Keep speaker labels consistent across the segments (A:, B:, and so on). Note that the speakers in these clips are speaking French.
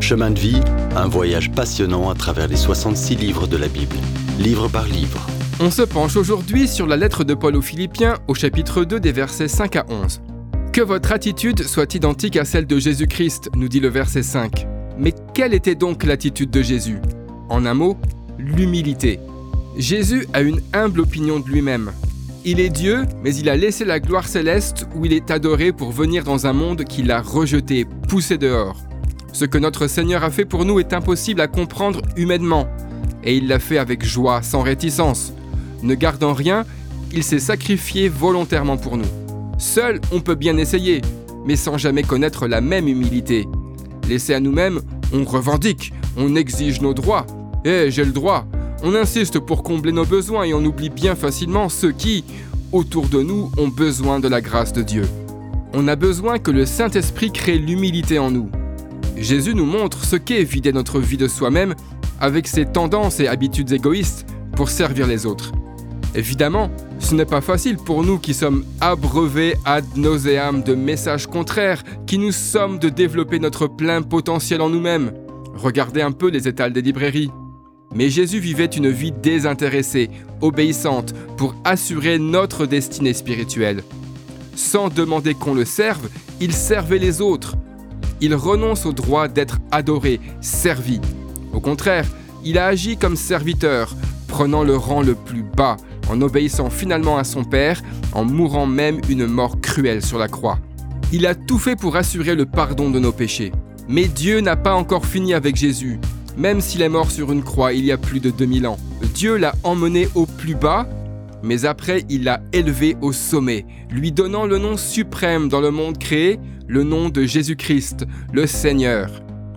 A: Chemin de vie, un voyage passionnant à travers les 66 livres de la Bible, livre par livre.
B: On se penche aujourd'hui sur la lettre de Paul aux Philippiens au chapitre 2 des versets 5 à 11. Que votre attitude soit identique à celle de Jésus-Christ, nous dit le verset 5. Mais quelle était donc l'attitude de Jésus ? En un mot, l'humilité. Jésus a une humble opinion de lui-même. Il est Dieu, mais il a laissé la gloire céleste où il est adoré pour venir dans un monde qu'il a rejeté, poussé dehors. Ce que notre Seigneur a fait pour nous est impossible à comprendre humainement. Et il l'a fait avec joie, sans réticence. Ne gardant rien, il s'est sacrifié volontairement pour nous. Seul, on peut bien essayer, mais sans jamais connaître la même humilité. Laissés à nous-mêmes, on revendique, on exige nos droits. J'ai le droit. On insiste pour combler nos besoins et on oublie bien facilement ceux qui, autour de nous, ont besoin de la grâce de Dieu. On a besoin que le Saint-Esprit crée l'humilité en nous. Jésus nous montre ce qu'est vider notre vie de soi-même avec ses tendances et habitudes égoïstes pour servir les autres. Évidemment, ce n'est pas facile pour nous qui sommes abreuvés ad nauseam de messages contraires, qui nous sommes de développer notre plein potentiel en nous-mêmes. Regardez un peu les étals des librairies. Mais Jésus vivait une vie désintéressée, obéissante, pour assurer notre destinée spirituelle. Sans demander qu'on le serve, il servait les autres. Il renonce au droit d'être adoré, servi. Au contraire, il a agi comme serviteur, prenant le rang le plus bas, en obéissant finalement à son Père, en mourant même une mort cruelle sur la croix. Il a tout fait pour assurer le pardon de nos péchés. Mais Dieu n'a pas encore fini avec Jésus. Même s'il est mort sur une croix il y a plus de 2000 ans. Dieu l'a emmené au plus bas, mais après il l'a élevé au sommet, lui donnant le nom suprême dans le monde créé, le nom de Jésus-Christ, le Seigneur.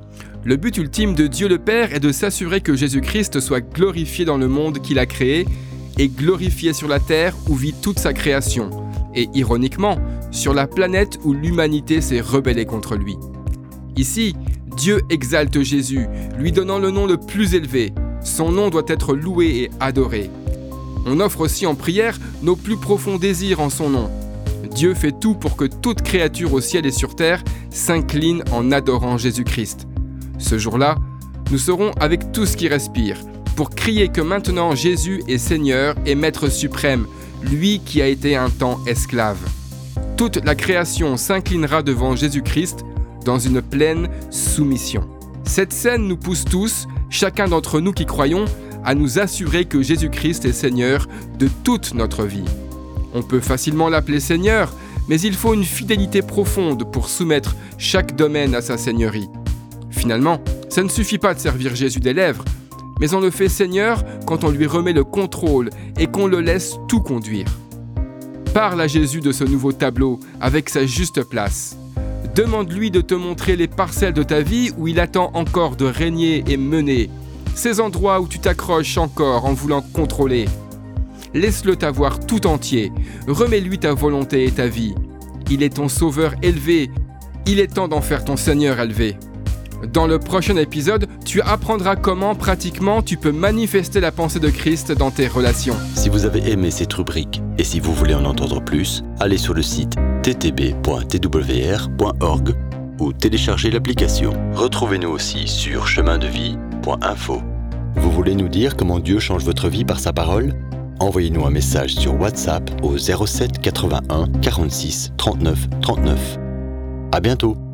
B: Le but ultime de Dieu le Père est de s'assurer que Jésus-Christ soit glorifié dans le monde qu'il a créé et glorifié sur la terre où vit toute sa création, et ironiquement, sur la planète où l'humanité s'est rebellée contre lui. Ici, Dieu exalte Jésus, lui donnant le nom le plus élevé. Son nom doit être loué et adoré. On offre aussi en prière nos plus profonds désirs en son nom. Dieu fait tout pour que toute créature au ciel et sur terre s'incline en adorant Jésus-Christ. Ce jour-là, nous serons avec tout ce qui respire, pour crier que maintenant Jésus est Seigneur et Maître suprême, lui qui a été un temps esclave. Toute la création s'inclinera devant Jésus-Christ dans une pleine soumission. Cette scène nous pousse tous, chacun d'entre nous qui croyons, à nous assurer que Jésus-Christ est Seigneur de toute notre vie. On peut facilement l'appeler Seigneur, mais il faut une fidélité profonde pour soumettre chaque domaine à sa seigneurie. Finalement, ça ne suffit pas de servir Jésus des lèvres, mais on le fait Seigneur quand on lui remet le contrôle et qu'on le laisse tout conduire. Parle à Jésus de ce nouveau tableau avec sa juste place. Demande-lui de te montrer les parcelles de ta vie où il attend encore de régner et mener, ces endroits où tu t'accroches encore en voulant contrôler. Laisse-le t'avoir tout entier, remets-lui ta volonté et ta vie. Il est ton sauveur élevé, il est temps d'en faire ton Seigneur élevé. Dans le prochain épisode, tu apprendras comment pratiquement tu peux manifester la pensée de Christ dans tes relations.
A: Si vous avez aimé cette rubrique et si vous voulez en entendre plus, allez sur le site ttb.twr.org ou téléchargez l'application. Retrouvez-nous aussi sur chemindevie.info. Vous voulez nous dire comment Dieu change votre vie par sa parole ? Envoyez-nous un message sur WhatsApp au 07 81 46 39 39. À bientôt.